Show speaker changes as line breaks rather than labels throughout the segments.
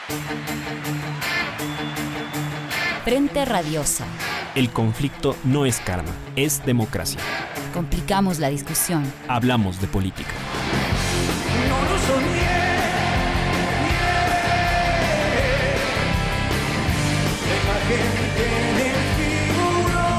Frente Radiosa.
El conflicto no es karma, es democracia.
Complicamos la discusión.
Hablamos de política.
No lo soñé. La imagen que me figuró.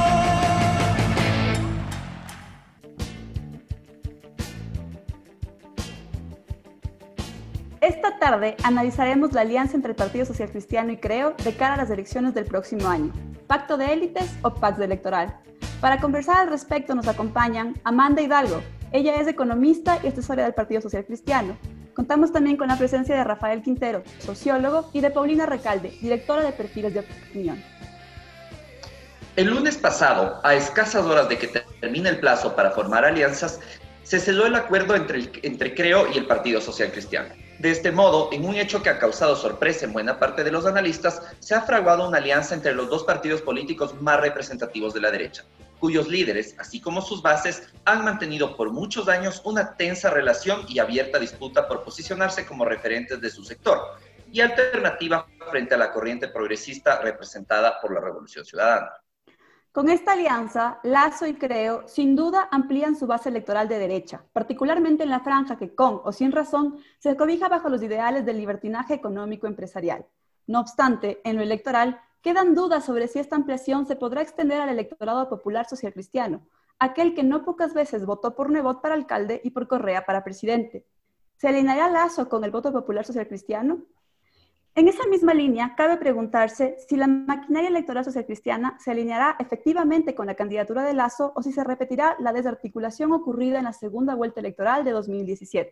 Esta tarde analizaremos la alianza entre el Partido Social Cristiano y Creo de cara a las elecciones del próximo año. ¿Pacto de élites o pacto electoral? Para conversar al respecto nos acompañan Amanda Hidalgo. Ella es economista y asesora del Partido Social Cristiano. Contamos también con la presencia de Rafael Quintero, sociólogo, y de Paulina Recalde, directora de Perfiles de Opinión.
El lunes pasado, a escasas horas de que termine el plazo para formar alianzas, se selló el acuerdo entre Creo y el Partido Social Cristiano. De este modo, en un hecho que ha causado sorpresa en buena parte de los analistas, se ha fraguado una alianza entre los dos partidos políticos más representativos de la derecha, cuyos líderes, así como sus bases, han mantenido por muchos años una tensa relación y abierta disputa por posicionarse como referentes de su sector y alternativa frente a la corriente progresista representada por la Revolución Ciudadana.
Con esta alianza, Lasso y Creo sin duda amplían su base electoral de derecha, particularmente en la franja que con o sin razón se cobija bajo los ideales del libertinaje económico empresarial. No obstante, en lo electoral quedan dudas sobre si esta ampliación se podrá extender al electorado popular social cristiano, aquel que no pocas veces votó por Nebot para alcalde y por Correa para presidente. ¿Se alineará Lasso con el voto popular social cristiano? En esa misma línea, cabe preguntarse si la maquinaria electoral socialcristiana se alineará efectivamente con la candidatura de Lasso o si se repetirá la desarticulación ocurrida en la segunda vuelta electoral de 2017.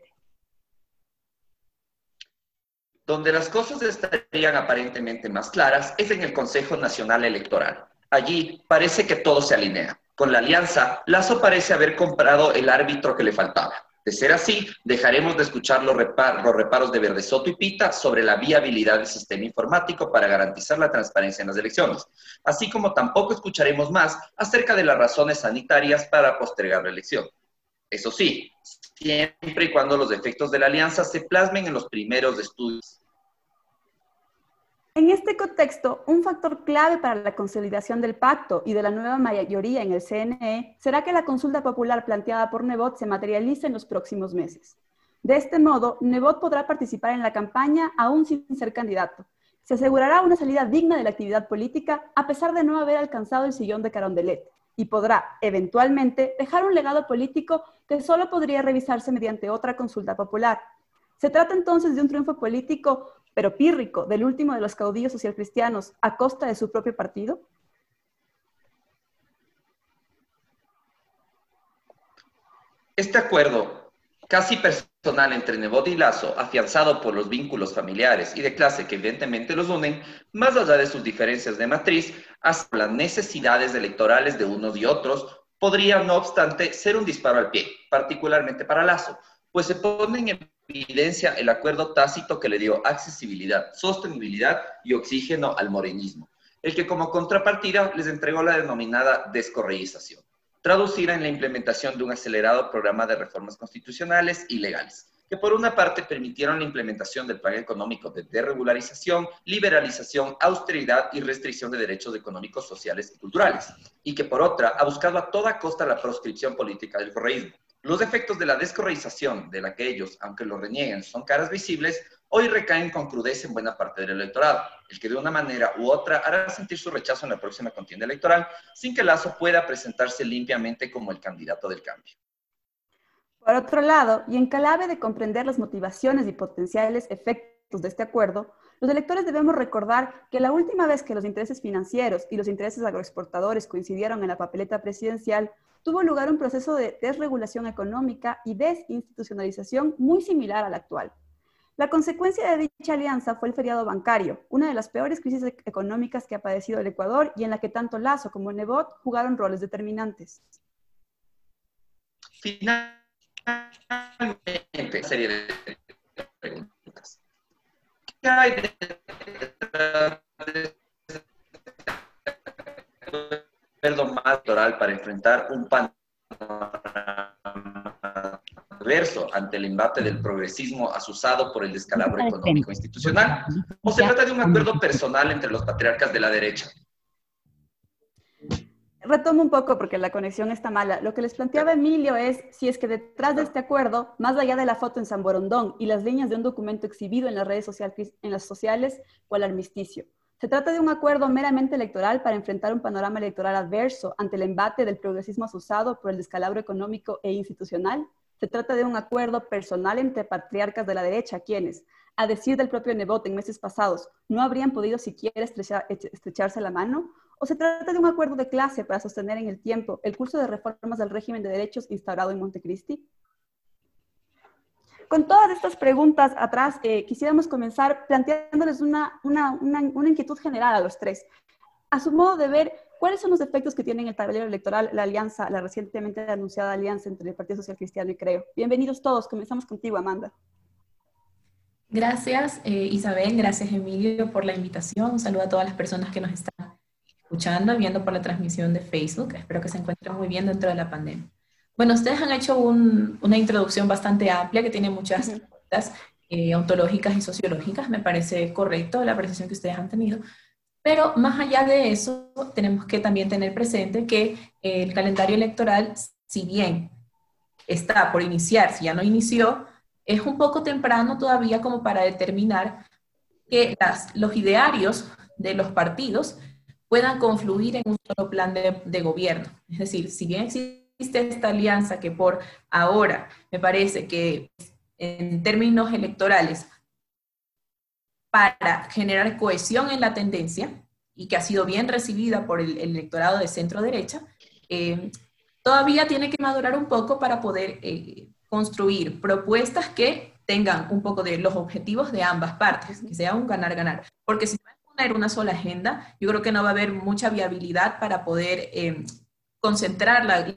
Donde las cosas estarían aparentemente más claras es en el Consejo Nacional Electoral. Allí parece que todo se alinea. Con la alianza, Lasso parece haber comprado el árbitro que le faltaba. De ser así, dejaremos de escuchar los reparos de Verdesoto y Pita sobre la viabilidad del sistema informático para garantizar la transparencia en las elecciones, así como tampoco escucharemos más acerca de las razones sanitarias para postergar la elección. Eso sí, siempre y cuando los efectos de la alianza se plasmen en los primeros estudios.
En este contexto, un factor clave para la consolidación del pacto y de la nueva mayoría en el CNE será que la consulta popular planteada por Nebot se materialice en los próximos meses. De este modo, Nebot podrá participar en la campaña aún sin ser candidato. Se asegurará una salida digna de la actividad política a pesar de no haber alcanzado el sillón de Carondelet y podrá, eventualmente, dejar un legado político que solo podría revisarse mediante otra consulta popular. Se trata entonces de un triunfo político pero pírrico, del último de los caudillos socialcristianos, a costa de su propio partido?
Este acuerdo, casi personal entre Nebot y Lasso, afianzado por los vínculos familiares y de clase que evidentemente los unen, más allá de sus diferencias de matriz, hasta las necesidades electorales de unos y otros, podría, no obstante, ser un disparo al pie, particularmente para Lasso, pues se pone en evidencia el acuerdo tácito que le dio accesibilidad, sostenibilidad y oxígeno al morenismo, el que como contrapartida les entregó la denominada descorreización, traducida en la implementación de un acelerado programa de reformas constitucionales y legales, que por una parte permitieron la implementación del plan económico de desregularización, liberalización, austeridad y restricción de derechos económicos, sociales y culturales, y que por otra ha buscado a toda costa la proscripción política del correísmo. Los efectos de la descorreización, de la que ellos, aunque lo renieguen, son caras visibles, hoy recaen con crudeza en buena parte del electorado, el que de una manera u otra hará sentir su rechazo en la próxima contienda electoral, sin que Lasso pueda presentarse limpiamente como el candidato del cambio.
Por otro lado, y en clave de comprender las motivaciones y potenciales efectos de este acuerdo, los electores debemos recordar que la última vez que los intereses financieros y los intereses agroexportadores coincidieron en la papeleta presidencial, tuvo lugar un proceso de desregulación económica y desinstitucionalización muy similar al actual. La consecuencia de dicha alianza fue el feriado bancario, una de las peores crisis económicas que ha padecido el Ecuador y en la que tanto Lasso como Nebot jugaron roles determinantes.
Finalmente, serie de preguntas. ¿Qué hay detrás de acuerdo más electoral para enfrentar un panorama adverso ante el embate del progresismo asusado por el descalabro económico institucional? ¿O se trata de un acuerdo personal entre los patriarcas de la derecha?
Retomo un poco porque la conexión está mala. Lo que les planteaba Emilio es si es que detrás de este acuerdo, más allá de la foto en San Borondón y las líneas de un documento exhibido en las redes sociales, o el armisticio. ¿Se trata de un acuerdo meramente electoral para enfrentar un panorama electoral adverso ante el embate del progresismo asusado por el descalabro económico e institucional? ¿Se trata de un acuerdo personal entre patriarcas de la derecha, quienes, a decir del propio Nebot en meses pasados, no habrían podido siquiera estrecharse la mano? ¿O se trata de un acuerdo de clase para sostener en el tiempo el curso de reformas del régimen de derechos instaurado en Montecristi? Con todas estas preguntas atrás, quisiéramos comenzar planteándoles una inquietud general a los tres. A su modo de ver, ¿cuáles son los efectos que tiene en el tablero electoral la alianza, la recientemente anunciada alianza entre el Partido Social Cristiano y Creo? Bienvenidos todos, comenzamos contigo, Amanda.
Gracias, Isabel, gracias, Emilio, por la invitación. Un saludo a todas las personas que nos están escuchando y viendo por la transmisión de Facebook. Espero que se encuentren muy bien dentro de la pandemia. Bueno, ustedes han hecho una introducción bastante amplia que tiene muchas preguntas ontológicas y sociológicas. Me parece correcto la apreciación que ustedes han tenido. Pero más allá de eso, tenemos que también tener presente que el calendario electoral, si bien está por iniciar, si ya no inició, es un poco temprano todavía como para determinar que los idearios de los partidos puedan confluir en un solo plan de gobierno. Es decir, si bien existe esta alianza que por ahora me parece que en términos electorales para generar cohesión en la tendencia y que ha sido bien recibida por el electorado de centro-derecha, todavía tiene que madurar un poco para poder construir propuestas que tengan un poco de los objetivos de ambas partes, que sea un ganar-ganar. Porque si no es poner una sola agenda, yo creo que no va a haber mucha viabilidad para poder concentrar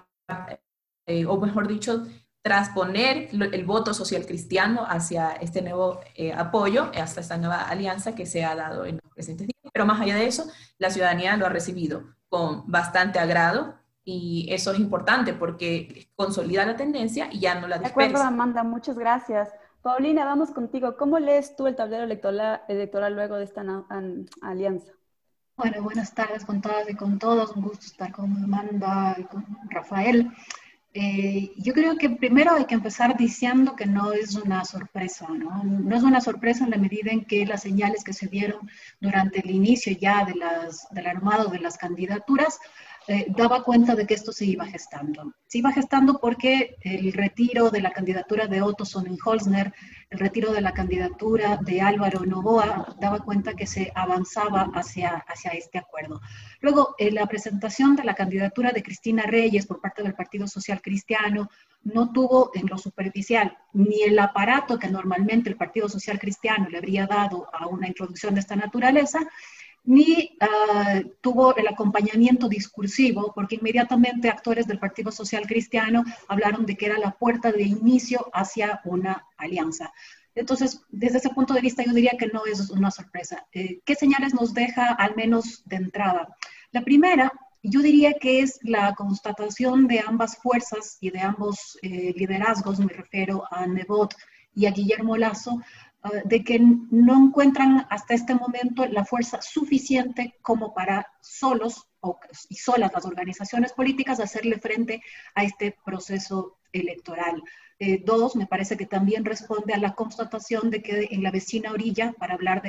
o mejor dicho, transponer el voto social cristiano hacia este nuevo apoyo, hasta esta nueva alianza que se ha dado en los presentes días. Pero más allá de eso, la ciudadanía lo ha recibido con bastante agrado y eso es importante porque consolida la tendencia y ya no la dispersa.
De acuerdo, Amanda, muchas gracias. Paulina, vamos contigo. ¿Cómo lees tú el tablero electoral luego de esta alianza?
Bueno, buenas tardes con todas y con todos. Un gusto estar con Amanda y con Rafael. Yo creo que primero hay que empezar diciendo que no es una sorpresa, ¿no? No es una sorpresa en la medida en que las señales que se dieron durante el inicio ya del armado de las candidaturas daba cuenta de que esto se iba gestando. Se iba gestando porque el retiro de la candidatura de Otto Sonnenholzner, el retiro de la candidatura de Álvaro Noboa, daba cuenta que se avanzaba hacia este acuerdo. Luego, la presentación de la candidatura de Cristina Reyes por parte del Partido Social Cristiano no tuvo en lo superficial ni el aparato que normalmente el Partido Social Cristiano le habría dado a una introducción de esta naturaleza, ni tuvo el acompañamiento discursivo, porque inmediatamente actores del Partido Social Cristiano hablaron de que era la puerta de inicio hacia una alianza. Entonces, desde ese punto de vista, yo diría que no es una sorpresa. ¿Qué señales nos deja, al menos de entrada? La primera, yo diría que es la constatación de ambas fuerzas y de ambos liderazgos, me refiero a Nebot y a Guillermo Lasso, de que no encuentran hasta este momento la fuerza suficiente como para solos y solas las organizaciones políticas hacerle frente a este proceso electoral. Dos, me parece que también responde a la constatación de que en la vecina orilla, para hablar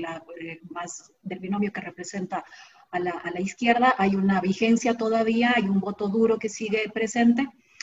más del binomio que representa a la izquierda, hay una vigencia todavía, hay un voto duro que sigue presente.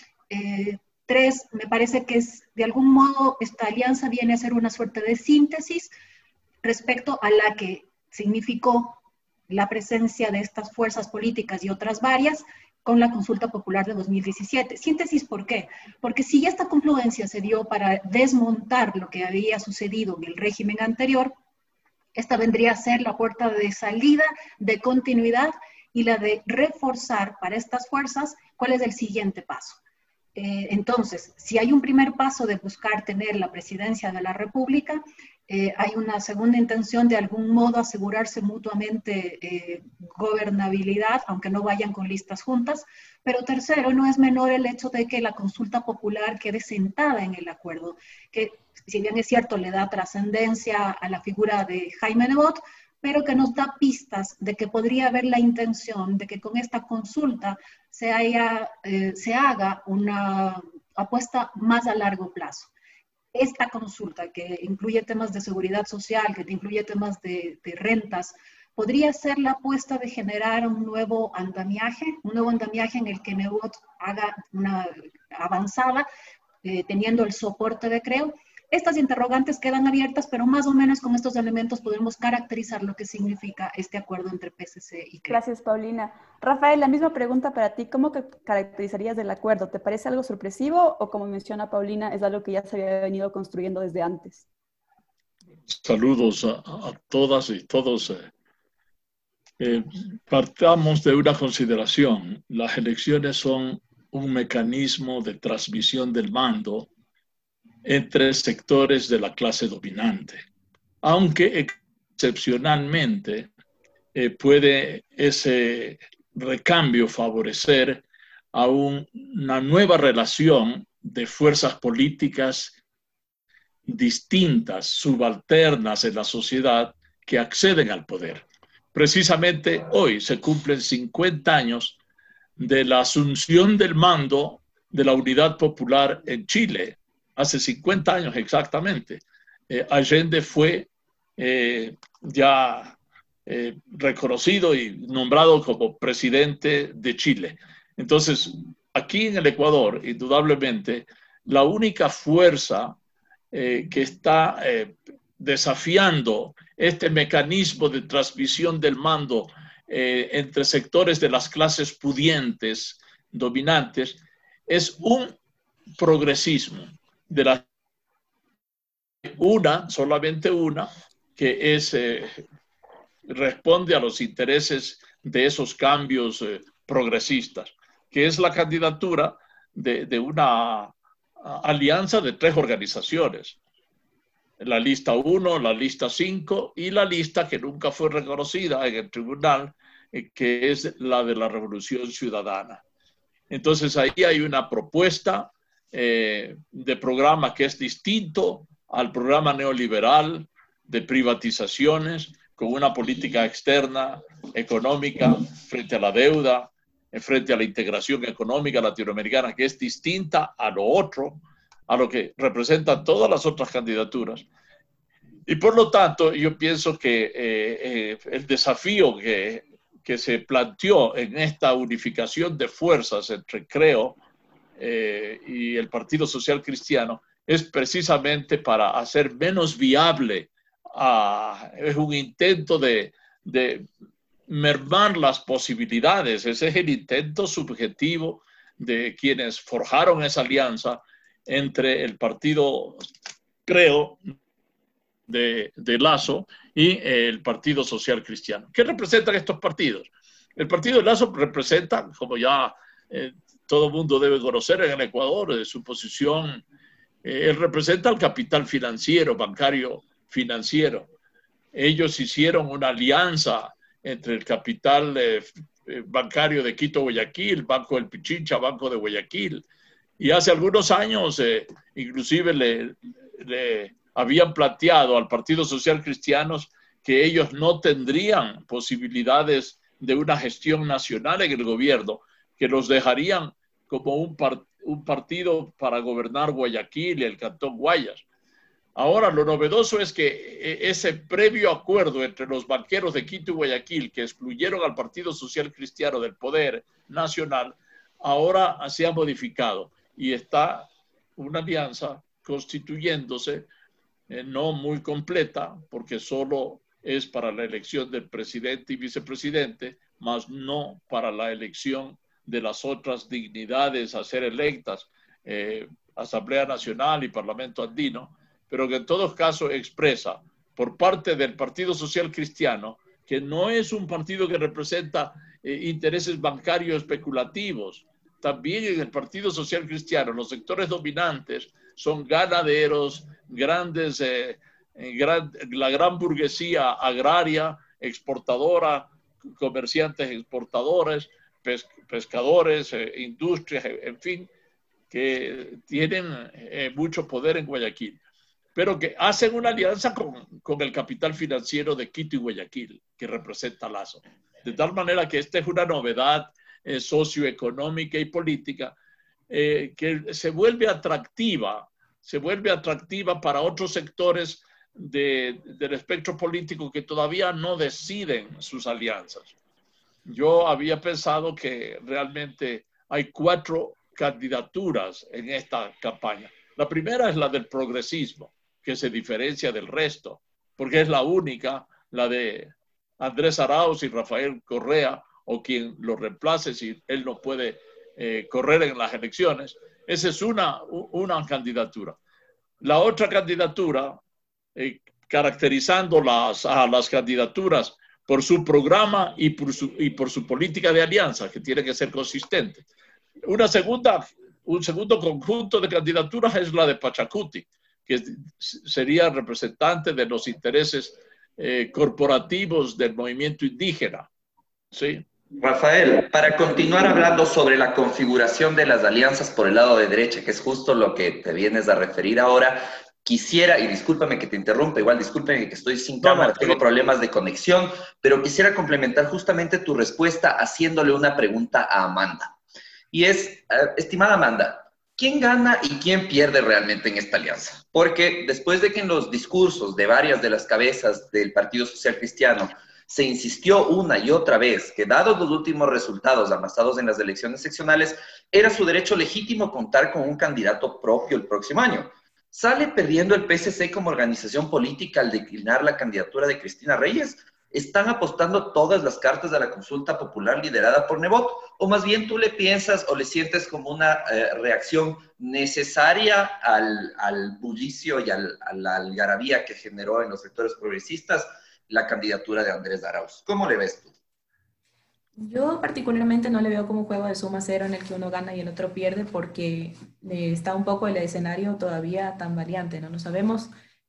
Tres, me parece que de algún modo esta alianza viene a ser una suerte de síntesis respecto a la que significó la presencia de estas fuerzas políticas y otras varias con la consulta popular de 2017. Síntesis, ¿por qué? Porque si esta confluencia se dio para desmontar lo que había sucedido en el régimen anterior, esta vendría a ser la puerta de salida, de continuidad y la de reforzar para estas fuerzas cuál es el siguiente paso. Entonces, si hay un primer paso de buscar tener la presidencia de la República, Hay una segunda intención de algún modo asegurarse mutuamente gobernabilidad, aunque no vayan con listas juntas. Pero tercero, no es menor el hecho de que la consulta popular quede sentada en el acuerdo, que si bien es cierto le da trascendencia a la figura de Jaime Nebot, pero que nos da pistas de que podría haber la intención de que con esta consulta se haga una apuesta más a largo plazo. Esta consulta, que incluye temas de seguridad social, que incluye temas de rentas, podría ser la apuesta de generar un nuevo andamiaje en el que Nebot haga una avanzada, teniendo el soporte de Creo. Estas interrogantes quedan abiertas, pero más o menos con estos elementos podemos caracterizar lo que significa este acuerdo entre PSC y Creo.
Gracias, Paulina. Rafael, la misma pregunta para ti. ¿Cómo caracterizarías el acuerdo? ¿Te parece algo sorpresivo o, como menciona Paulina, es algo que ya se había venido construyendo desde antes?
Saludos a todas y todos. Partamos de una consideración. Las elecciones son un mecanismo de transmisión del mando entre sectores de la clase dominante, aunque excepcionalmente puede ese recambio favorecer a una nueva relación de fuerzas políticas distintas, subalternas en la sociedad, que acceden al poder. Precisamente hoy se cumplen 50 años de la asunción del mando de la Unidad Popular en Chile. Hace 50 años exactamente. Allende fue reconocido y nombrado como presidente de Chile. Entonces, aquí en el Ecuador, indudablemente, la única fuerza que está desafiando este mecanismo de transmisión del mando entre sectores de las clases pudientes, dominantes, es un progresismo de la solamente una, que responde a los intereses de esos cambios progresistas, que es la candidatura de una alianza de 3 organizaciones: la lista 1, la lista 5 y la lista que nunca fue reconocida en el tribunal, que es la de la Revolución Ciudadana. Entonces ahí hay una propuesta de programa que es distinto al programa neoliberal de privatizaciones, con una política externa, económica, frente a la deuda, frente a la integración económica latinoamericana, que es distinta a lo otro, a lo que representan todas las otras candidaturas. Y por lo tanto, yo pienso que el desafío que se planteó en esta unificación de fuerzas entre Creo y el Partido Social Cristiano es precisamente para hacer menos viable, es un intento de mermar las posibilidades. Ese es el intento subjetivo de quienes forjaron esa alianza entre el Partido Creo de Lasso y el Partido Social Cristiano. ¿Qué representan estos partidos? El Partido de Lasso representa, como ya todo el mundo debe conocer en el Ecuador, de su posición, él representa al capital financiero, bancario financiero. Ellos hicieron una alianza entre el capital bancario de Quito, Guayaquil, Banco del Pichincha, Banco de Guayaquil, y hace algunos años inclusive le habían planteado al Partido Social Cristiano que ellos no tendrían posibilidades de una gestión nacional en el gobierno, que los dejarían como un partido para gobernar Guayaquil y el Cantón Guayas. Ahora, lo novedoso es que ese previo acuerdo entre los banqueros de Quito y Guayaquil, que excluyeron al Partido Social Cristiano del poder nacional, ahora se ha modificado y está una alianza constituyéndose, no muy completa, porque solo es para la elección del presidente y vicepresidente, más no para la elección de las otras dignidades a ser electas, Asamblea Nacional y Parlamento Andino, pero que en todo caso expresa por parte del Partido Social Cristiano que no es un partido que representa intereses bancarios especulativos. También en el Partido Social Cristiano los sectores dominantes son ganaderos, grandes la gran burguesía agraria, exportadora, comerciantes exportadores, pescadores, industrias, en fin, que tienen mucho poder en Guayaquil, pero que hacen una alianza con el capital financiero de Quito y Guayaquil, que representa Lazo. De tal manera que esta es una novedad socioeconómica y política que se vuelve atractiva para otros sectores del espectro político que todavía no deciden sus alianzas. Yo había pensado que realmente hay 4 candidaturas en esta campaña. La primera es la del progresismo, que se diferencia del resto, porque es la única, la de Andrés Arauz y Rafael Correa, o quien lo reemplace si él no puede correr en las elecciones. Esa es una candidatura. La otra candidatura, caracterizando a las candidaturas por su programa y por su política de alianza, que tiene que ser consistente. Un segundo conjunto de candidaturas es la de Pachacuti, que sería representante de los intereses corporativos del movimiento indígena. ¿Sí?
Rafael, para continuar hablando sobre la configuración de las alianzas por el lado de derecha, que es justo lo que te vienes a referir ahora, quisiera, y discúlpame que te interrumpa, igual discúlpame que estoy sin cámara, tengo problemas de conexión, pero quisiera complementar justamente tu respuesta haciéndole una pregunta a Amanda. Y es, estimada Amanda, ¿quién gana y quién pierde realmente en esta alianza? Porque después de que en los discursos de varias de las cabezas del Partido Social Cristiano se insistió una y otra vez que, dados los últimos resultados amasados en las elecciones seccionales, era su derecho legítimo contar con un candidato propio el próximo año. ¿Sale perdiendo el PSC como organización política al declinar la candidatura de Cristina Reyes? ¿Están apostando todas las cartas de la consulta popular liderada por Nebot? ¿O más bien tú le piensas o le sientes como una reacción necesaria al bullicio y a la algarabía que generó en los sectores progresistas la candidatura de Andrés Arauz? ¿Cómo le ves tú?
Yo particularmente no le veo como un juego de suma cero en el que uno gana y el otro pierde, porque está un poco el escenario todavía tan variante, ¿no? No sabemos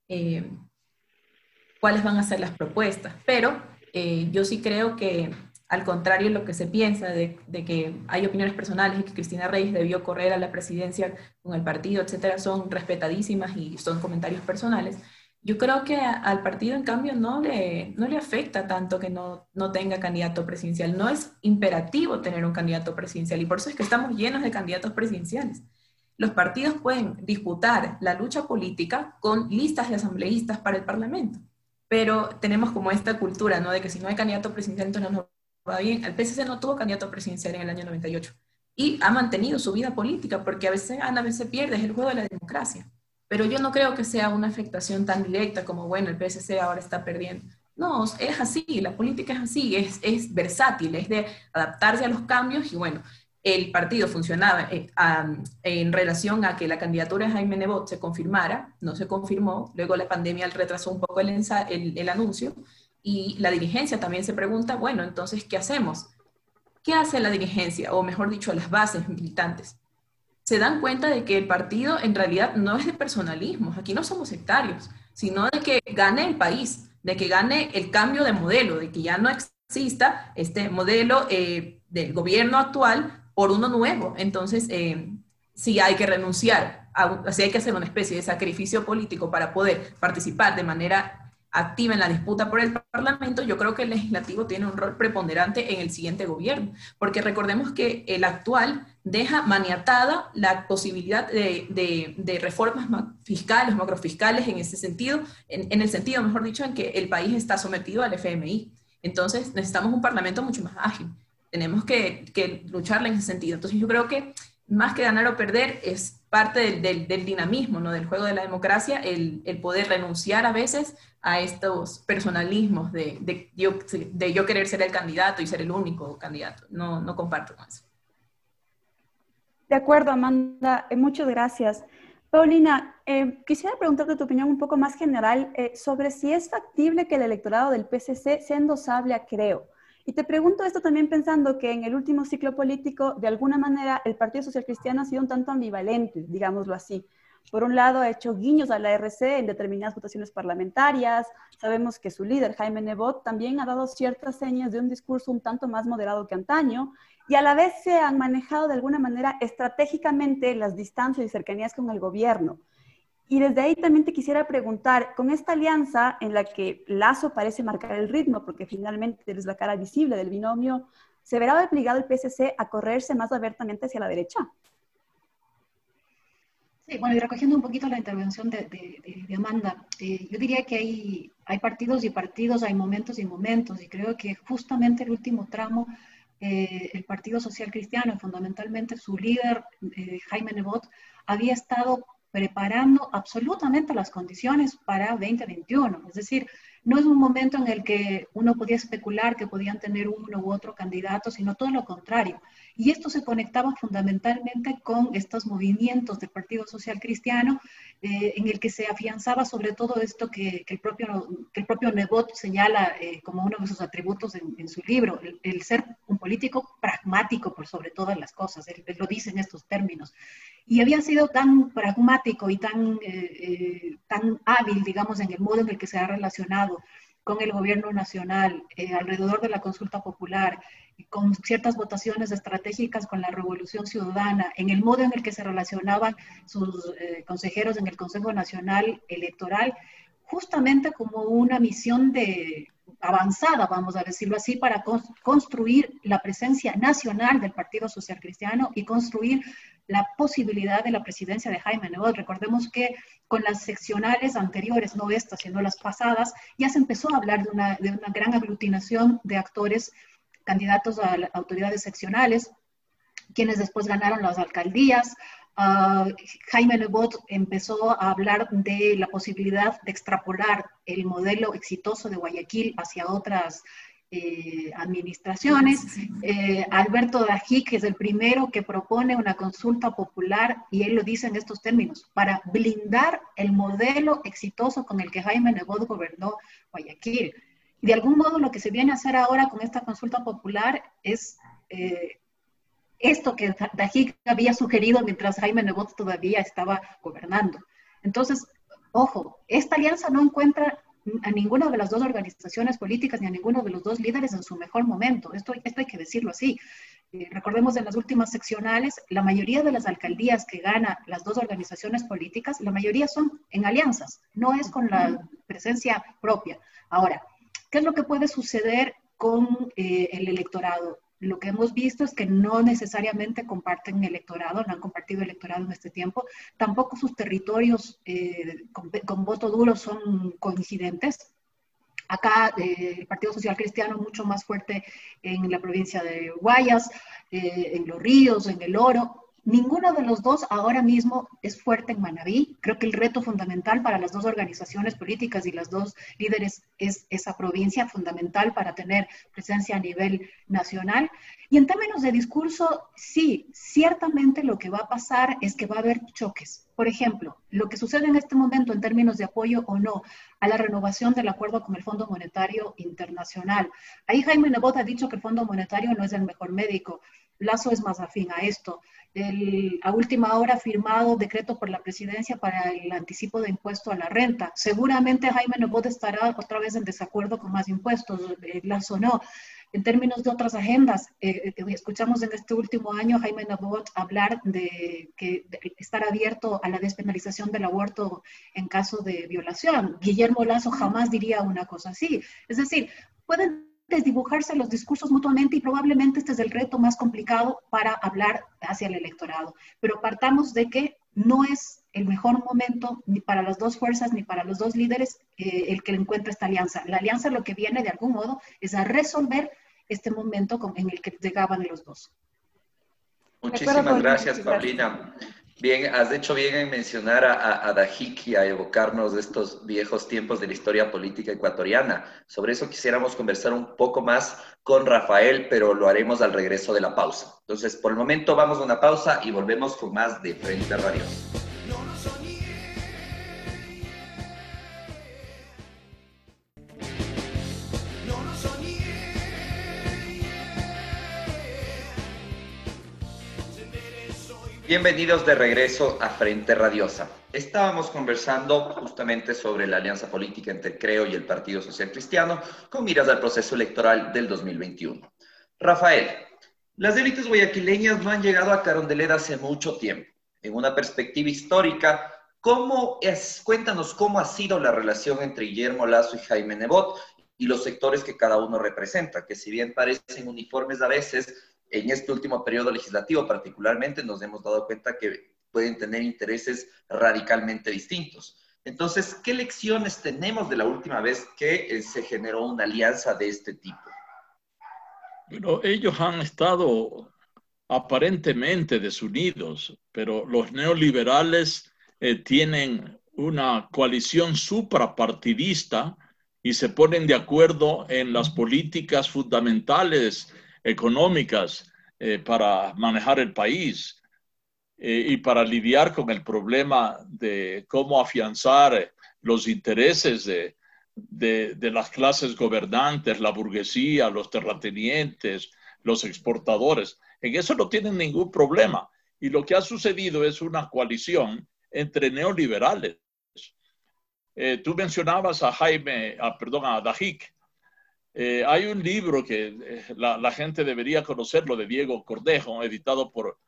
cuáles van a ser las propuestas, pero yo sí creo que, al contrario de lo que se piensa, de que hay opiniones personales y que Cristina Reyes debió correr a la presidencia con el partido, etcétera, son respetadísimas y son comentarios personales. Yo creo que al partido, en cambio, no le afecta tanto que no tenga candidato presidencial. No es imperativo tener un candidato presidencial, y por eso es que estamos llenos de candidatos presidenciales. Los partidos pueden disputar la lucha política con listas de asambleístas para el Parlamento, pero tenemos como esta cultura, ¿no?, de que si no hay candidato presidencial, entonces no va bien. El PSC no tuvo candidato presidencial en el año 98 y ha mantenido su vida política, porque a veces gana, a veces pierde, es el juego de la democracia. Pero yo no creo que sea una afectación tan directa como, bueno, el PSC ahora está perdiendo. No, es así, la política es así, es versátil, es de adaptarse a los cambios. Y bueno, el partido funcionaba en relación a que la candidatura de Jaime Nebot se confirmara, no se confirmó, luego la pandemia retrasó un poco el anuncio, y la dirigencia también se pregunta, bueno, entonces, ¿qué hacemos? ¿Qué hace la dirigencia? O mejor dicho, las bases militantes. Se dan cuenta de que el partido en realidad no es de personalismos, aquí no somos sectarios, sino de que gane el país, de que gane el cambio de modelo, de que ya no exista este modelo del gobierno actual por uno nuevo. Entonces, sí hay que renunciar, sí hay que hacer una especie de sacrificio político para poder participar de manera activa en la disputa por el Parlamento. Yo creo que el legislativo tiene un rol preponderante en el siguiente gobierno, porque recordemos que el actual deja maniatada la posibilidad de reformas fiscales, macrofiscales, en ese sentido, en el sentido, mejor dicho, en que el país está sometido al FMI. Entonces necesitamos un Parlamento mucho más ágil. Tenemos que lucharle en ese sentido. Entonces yo creo que más que ganar o perder es parte del dinamismo, ¿no?, del juego de la democracia, el poder renunciar a veces a estos personalismos de yo querer ser el candidato y ser el único candidato. No comparto con eso.
De acuerdo, Amanda, muchas gracias. Paulina, quisiera preguntarte tu opinión un poco más general sobre si es factible que el electorado del PSC sea endosable a Creo. Y te pregunto esto también pensando que en el último ciclo político, de alguna manera, el Partido Social Cristiano ha sido un tanto ambivalente, digámoslo así. Por un lado, ha hecho guiños a la RC en determinadas votaciones parlamentarias. Sabemos que su líder, Jaime Nebot, también ha dado ciertas señas de un discurso un tanto más moderado que antaño, y a la vez se han manejado de alguna manera estratégicamente las distancias y cercanías con el gobierno. Y desde ahí también te quisiera preguntar, con esta alianza en la que Lasso parece marcar el ritmo, porque finalmente es la cara visible del binomio, ¿se verá obligado el PSC a correrse más abiertamente hacia la derecha?
Sí, bueno, y recogiendo un poquito la intervención de Amanda, yo diría que hay partidos y partidos, hay momentos y momentos, y creo que justamente el último tramo, el Partido Social Cristiano, fundamentalmente su líder, Jaime Nebot, había estado preparando absolutamente las condiciones para 2021. Es decir, no es un momento en el que uno podía especular que podían tener uno u otro candidato, sino todo lo contrario. Y esto se conectaba fundamentalmente con estos movimientos del Partido Social Cristiano, en el que se afianzaba sobre todo esto que el propio Nebot señala como uno de sus atributos en su libro, el ser un político pragmático por sobre todas las cosas. Él lo dice en estos términos. Y había sido tan pragmático y tan hábil, digamos, en el modo en el que se ha relacionado con el gobierno nacional, alrededor de la consulta popular, con ciertas votaciones estratégicas con la Revolución Ciudadana, en el modo en el que se relacionaban sus consejeros en el Consejo Nacional Electoral, justamente como una misión avanzada, vamos a decirlo así, para construir la presencia nacional del Partido Social Cristiano y construir la posibilidad de la presidencia de Jaime Nebot. Recordemos que con las seccionales anteriores, no estas, sino las pasadas, ya se empezó a hablar de una gran aglutinación de actores candidatos a autoridades seccionales, quienes después ganaron las alcaldías. Jaime Nebot empezó a hablar de la posibilidad de extrapolar el modelo exitoso de Guayaquil hacia otras administraciones. Alberto Dajic es el primero que propone una consulta popular, y él lo dice en estos términos, para blindar el modelo exitoso con el que Jaime Nebot gobernó Guayaquil. Y de algún modo lo que se viene a hacer ahora con esta consulta popular es esto que Dajic había sugerido mientras Jaime Nebot todavía estaba gobernando. Entonces, ojo, esta alianza no encuentra a ninguna de las dos organizaciones políticas ni a ninguno de los dos líderes en su mejor momento. Esto hay que decirlo así. Recordemos, en las últimas seccionales, la mayoría de las alcaldías que gana las dos organizaciones políticas, la mayoría son en alianzas, no es con la presencia propia. Ahora, ¿qué es lo que puede suceder con el electorado? Lo que hemos visto es que no necesariamente comparten electorado, no han compartido electorado en este tiempo, tampoco sus territorios con voto duro son coincidentes. Acá el Partido Social Cristiano mucho más fuerte en la provincia de Guayas, en Los Ríos, en El Oro. Ninguno de los dos ahora mismo es fuerte en Manabí. Creo que el reto fundamental para las dos organizaciones políticas y las dos líderes es esa provincia fundamental para tener presencia a nivel nacional. Y en términos de discurso, sí, ciertamente lo que va a pasar es que va a haber choques. Por ejemplo, lo que sucede en este momento en términos de apoyo o no a la renovación del acuerdo con el Fondo Monetario Internacional. Ahí Jaime Nebot ha dicho que el Fondo Monetario no es el mejor médico. Lasso es más afín a esto. A última hora ha firmado decreto por la presidencia para el anticipo de impuesto a la renta. Seguramente Jaime Nebot estará otra vez en desacuerdo con más impuestos, Lasso no. En términos de otras agendas, escuchamos en este último año a Jaime Nebot hablar de estar abierto a la despenalización del aborto en caso de violación. Guillermo Lasso jamás diría una cosa así. Es decir, pueden desdibujarse los discursos mutuamente y probablemente este es el reto más complicado para hablar hacia el electorado. Pero partamos de que no es el mejor momento ni para las dos fuerzas ni para los dos líderes el que encuentra esta alianza. La alianza lo que viene de algún modo es a resolver este momento en el que llegaban los dos.
Muchísimas gracias, Paulina. Bien, has hecho bien en mencionar a Dajic y a evocarnos de estos viejos tiempos de la historia política ecuatoriana. Sobre eso quisiéramos conversar un poco más con Rafael, pero lo haremos al regreso de la pausa. Entonces, por el momento vamos a una pausa y volvemos con más de Frente Radiosa. Bienvenidos de regreso a Frente Radiosa. Estábamos conversando justamente sobre la alianza política entre Creo y el Partido Social Cristiano con miras al proceso electoral del 2021. Rafael, las élites guayaquileñas no han llegado a Carondelet hace mucho tiempo. En una perspectiva histórica, cuéntanos cómo ha sido la relación entre Guillermo Lasso y Jaime Nebot y los sectores que cada uno representa, que si bien parecen uniformes a veces, en este último periodo legislativo particularmente nos hemos dado cuenta que pueden tener intereses radicalmente distintos. Entonces, ¿qué lecciones tenemos de la última vez que se generó una alianza de este tipo?
Bueno, ellos han estado aparentemente desunidos, pero los neoliberales tienen una coalición suprapartidista y se ponen de acuerdo en las políticas fundamentales económicas para manejar el país y para lidiar con el problema de cómo afianzar los intereses de las clases gobernantes, la burguesía, los terratenientes, los exportadores. En eso no tienen ningún problema. Y lo que ha sucedido es una coalición entre neoliberales. Tú mencionabas a Dajik. Hay un libro que la gente debería conocerlo, de Diego Cornejo, editado por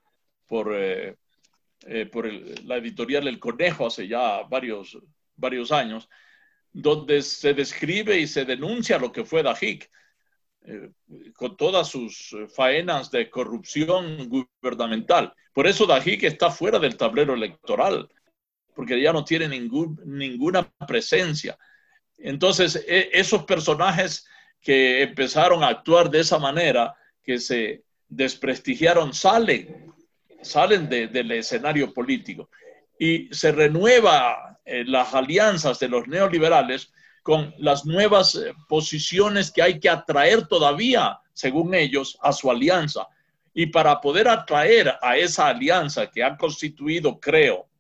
la editorial El Conejo hace ya varios años, donde se describe y se denuncia lo que fue Dajik, con todas sus faenas de corrupción gubernamental. Por eso Dajik está fuera del tablero electoral, porque ya no tiene ninguna presencia. Entonces, esos personajes que empezaron a actuar de esa manera, que se desprestigiaron, salen del escenario político. Y se renueva las alianzas de los neoliberales con las nuevas posiciones que hay que atraer todavía, según ellos, a su alianza. Y para poder atraer a esa alianza que han constituido, Creo,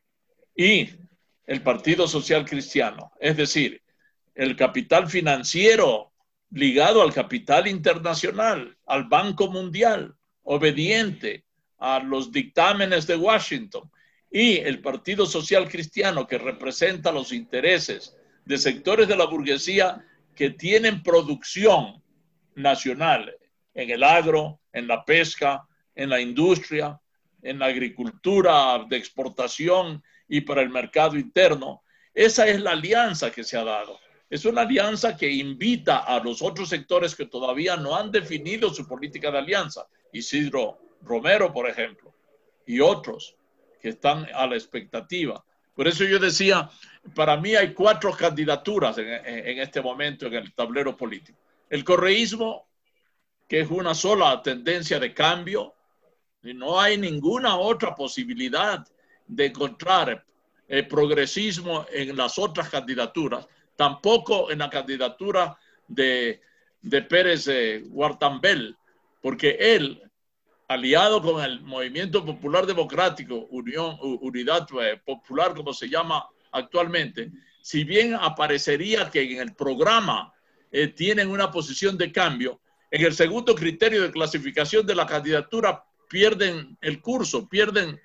y el Partido Social Cristiano, es decir, el capital financiero ligado al capital internacional, al Banco Mundial, obediente a los dictámenes de Washington, y el Partido Social Cristiano, que representa los intereses de sectores de la burguesía que tienen producción nacional en el agro, en la pesca, en la industria, en la agricultura de exportación y para el mercado interno. Esa es la alianza que se ha dado. Es una alianza que invita a los otros sectores que todavía no han definido su política de alianza. Isidro Romero, por ejemplo, y otros que están a la expectativa. Por eso yo decía, para mí hay 4 candidaturas en este momento en el tablero político. El correísmo, que es una sola tendencia de cambio, y no hay ninguna otra posibilidad de encontrar progresismo en las otras candidaturas, tampoco en la candidatura de Pérez Guartambel, porque él, aliado con el Movimiento Popular Democrático, Unidad Popular, como se llama actualmente, si bien aparecería que en el programa tienen una posición de cambio, en el segundo criterio de clasificación de la candidatura pierden el curso, pierden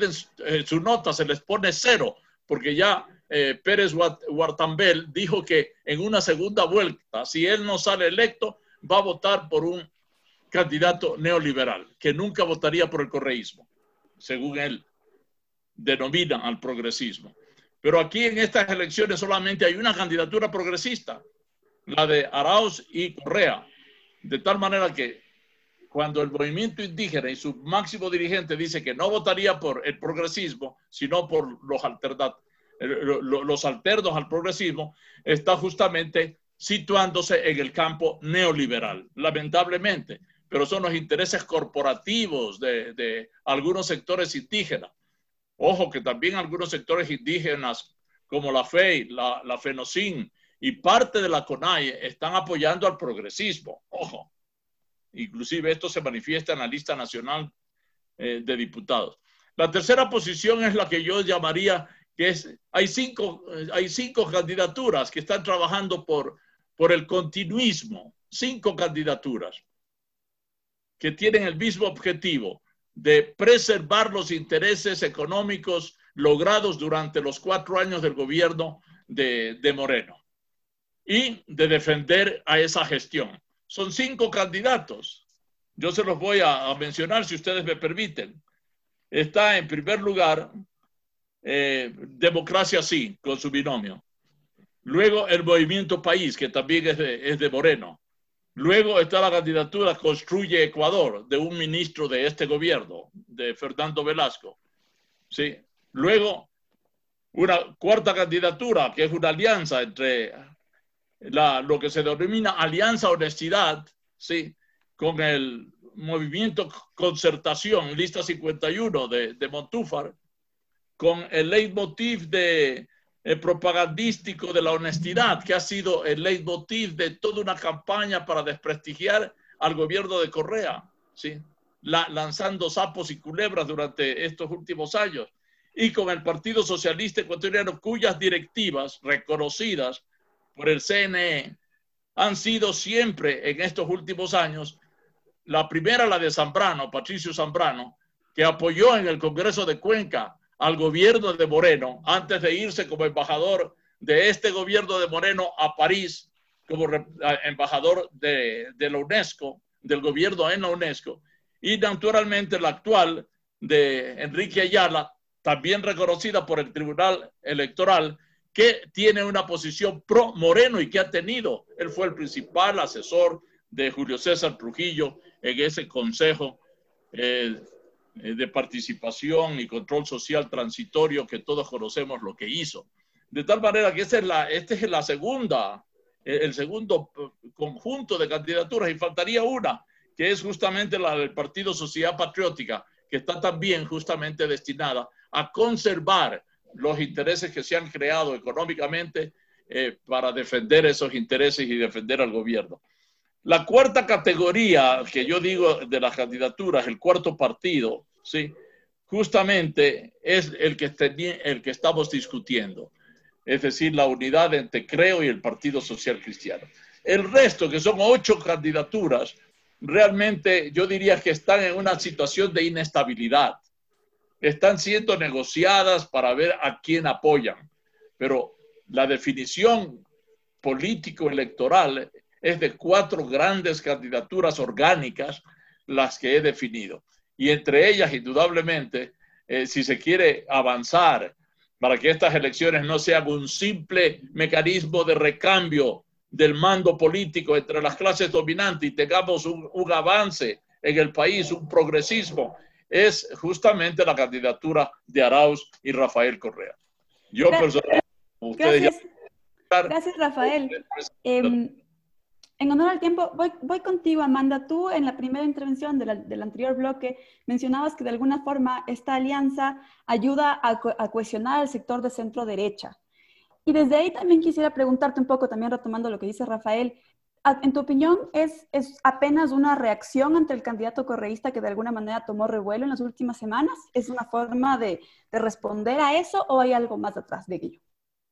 su nota, se les pone 0, porque ya Pérez Guartambel dijo que en una segunda vuelta, si él no sale electo, va a votar por un candidato neoliberal, que nunca votaría por el correísmo, según él denomina al progresismo. Pero aquí en estas elecciones solamente hay una candidatura progresista, la de Arauz y Correa, de tal manera que cuando el movimiento indígena y su máximo dirigente dice que no votaría por el progresismo, sino por los alternos al progresismo, está justamente situándose en el campo neoliberal, lamentablemente. Pero son los intereses corporativos de algunos sectores indígenas. Ojo que también algunos sectores indígenas como la FEI, la FENOCIN y parte de la CONAIE están apoyando al progresismo. Ojo. Inclusive esto se manifiesta en la lista nacional de diputados. La tercera posición es la que yo llamaría que es, hay cinco candidaturas que están trabajando por el continuismo, 5 candidaturas que tienen el mismo objetivo de preservar los intereses económicos logrados durante los 4 años del gobierno de Moreno y de defender a esa gestión. Son 5 candidatos. Yo se los voy a mencionar si ustedes me permiten. Está en primer lugar Democracia Sí, con su binomio. Luego el Movimiento País, que también es de Moreno. Luego está la candidatura Construye Ecuador, de un ministro de este gobierno, de Fernando Velasco. ¿Sí? Luego, una cuarta candidatura, que es una alianza entre lo que se denomina Alianza Honestidad, ¿sí? Con el Movimiento Concertación, Lista 51 de Montúfar, con el leitmotiv propagandístico de la honestidad, que ha sido el leitmotiv de toda una campaña para desprestigiar al gobierno de Correa, ¿sí? Lanzando sapos y culebras durante estos últimos años, y con el Partido Socialista Ecuatoriano, cuyas directivas reconocidas por el CNE han sido siempre en estos últimos años, la primera, la de Zambrano, Patricio Zambrano, que apoyó en el Congreso de Cuenca al gobierno de Moreno antes de irse como embajador de este gobierno de Moreno a París, como embajador de la UNESCO, del gobierno en la UNESCO, y naturalmente la actual de Enrique Ayala, también reconocida por el Tribunal Electoral, que tiene una posición pro Moreno y que ha tenido, él fue el principal asesor de Julio César Trujillo en ese consejo de participación y control social transitorio que todos conocemos lo que hizo. De tal manera que este es el segundo conjunto de candidaturas, y faltaría una, que es justamente la del Partido Sociedad Patriótica, que está también justamente destinada a conservar los intereses que se han creado económicamente para defender esos intereses y defender al gobierno. La cuarta categoría que yo digo de las candidaturas, el cuarto partido, ¿sí? Justamente es el que estamos discutiendo, es decir, la unidad entre Creo y el Partido Social Cristiano. El resto, que son 8 candidaturas, realmente yo diría que están en una situación de inestabilidad. Están siendo negociadas para ver a quién apoyan, pero la definición político-electoral es de 4 grandes candidaturas orgánicas las que he definido. Y entre ellas, indudablemente, si se quiere avanzar para que estas elecciones no sean un simple mecanismo de recambio del mando político entre las clases dominantes y tengamos un avance en el país, un progresismo, es justamente la candidatura de Arauz y Rafael Correa. Yo personalmente,
Gracias, Rafael. En honor al tiempo, voy contigo, Amanda. Tú en la primera intervención del anterior bloque mencionabas que de alguna forma esta alianza ayuda a cohesionar al sector de centro derecha. Y desde ahí también quisiera preguntarte un poco, también retomando lo que dice Rafael, en tu opinión, ¿es apenas una reacción ante el candidato correísta que de alguna manera tomó revuelo en las últimas semanas? ¿Es una forma de responder a eso o hay algo más atrás de ello?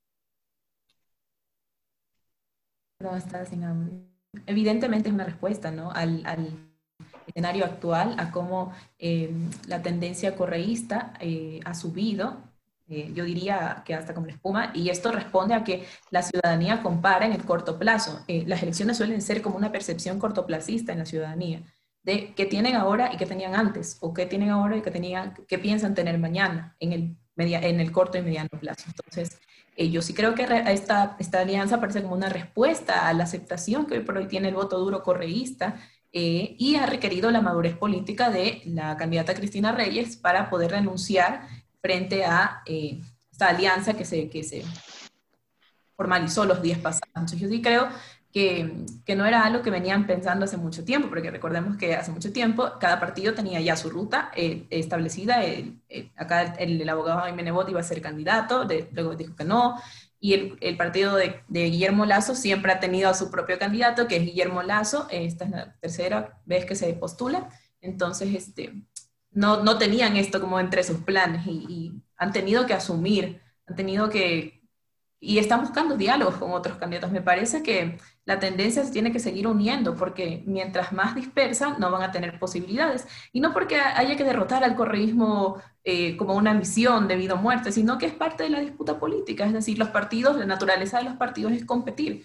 No, está sin hambre. Evidentemente es una respuesta, ¿no? al escenario actual, a cómo la tendencia correísta ha subido, yo diría que hasta como la espuma, y esto responde a que la ciudadanía compara en el corto plazo. Las elecciones suelen ser como una percepción cortoplacista en la ciudadanía, de qué tienen ahora y qué tenían antes, o qué tienen ahora y qué piensan tener mañana en el corto y mediano plazo. Entonces, yo sí creo que esta alianza parece como una respuesta a la aceptación que hoy por hoy tiene el voto duro correísta y ha requerido la madurez política de la candidata Cristina Reyes para poder renunciar frente a esta alianza que se formalizó los días pasados. Entonces yo sí creo que no era algo que venían pensando hace mucho tiempo, porque recordemos que hace mucho tiempo cada partido tenía ya su ruta establecida. Acá el abogado Jaime Nebot iba a ser candidato, luego dijo que no, y el partido de Guillermo Lasso siempre ha tenido a su propio candidato, que es Guillermo Lasso. Esta es la tercera vez que se postula, entonces no tenían esto como entre sus planes y han tenido que asumir, han tenido que y están buscando diálogos con otros candidatos. Me parece que la tendencia se tiene que seguir uniendo, porque mientras más dispersa, no van a tener posibilidades. Y no porque haya que derrotar al correísmo como una misión de vida o muerte, sino que es parte de la disputa política. Es decir, los partidos, la naturaleza de los partidos es competir